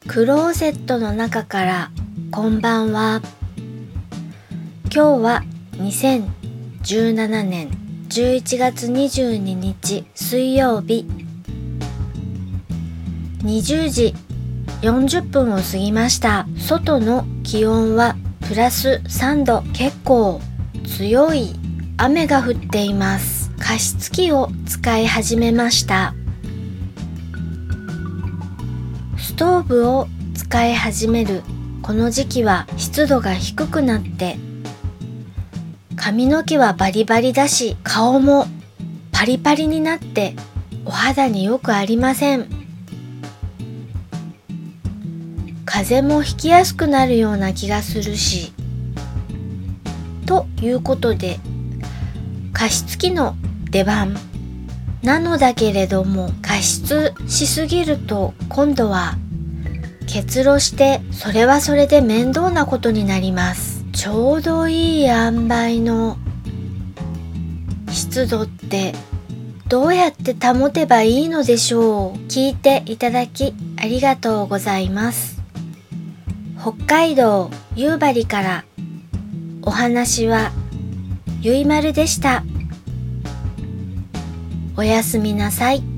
クローゼットの中からこんばんは。今日は2017年11月22日水曜日、20時40分を過ぎました。外の気温はプラス3度、結構強い雨が降っています。加湿器を使い始めました。ストーブを使い始めるこの時期は湿度が低くなって髪の毛はバリバリだし、顔もパリパリになってお肌によくありません。風邪もひきやすくなるような気がするし、ということで加湿器の出番なのだけれども、加湿しすぎると今度は結露して、それはそれで面倒なことになります。ちょうどいい塩梅の湿度ってどうやって保てばいいのでしょう。聞いていただきありがとうございます。北海道夕張からお話はゆいまるでした。おやすみなさい。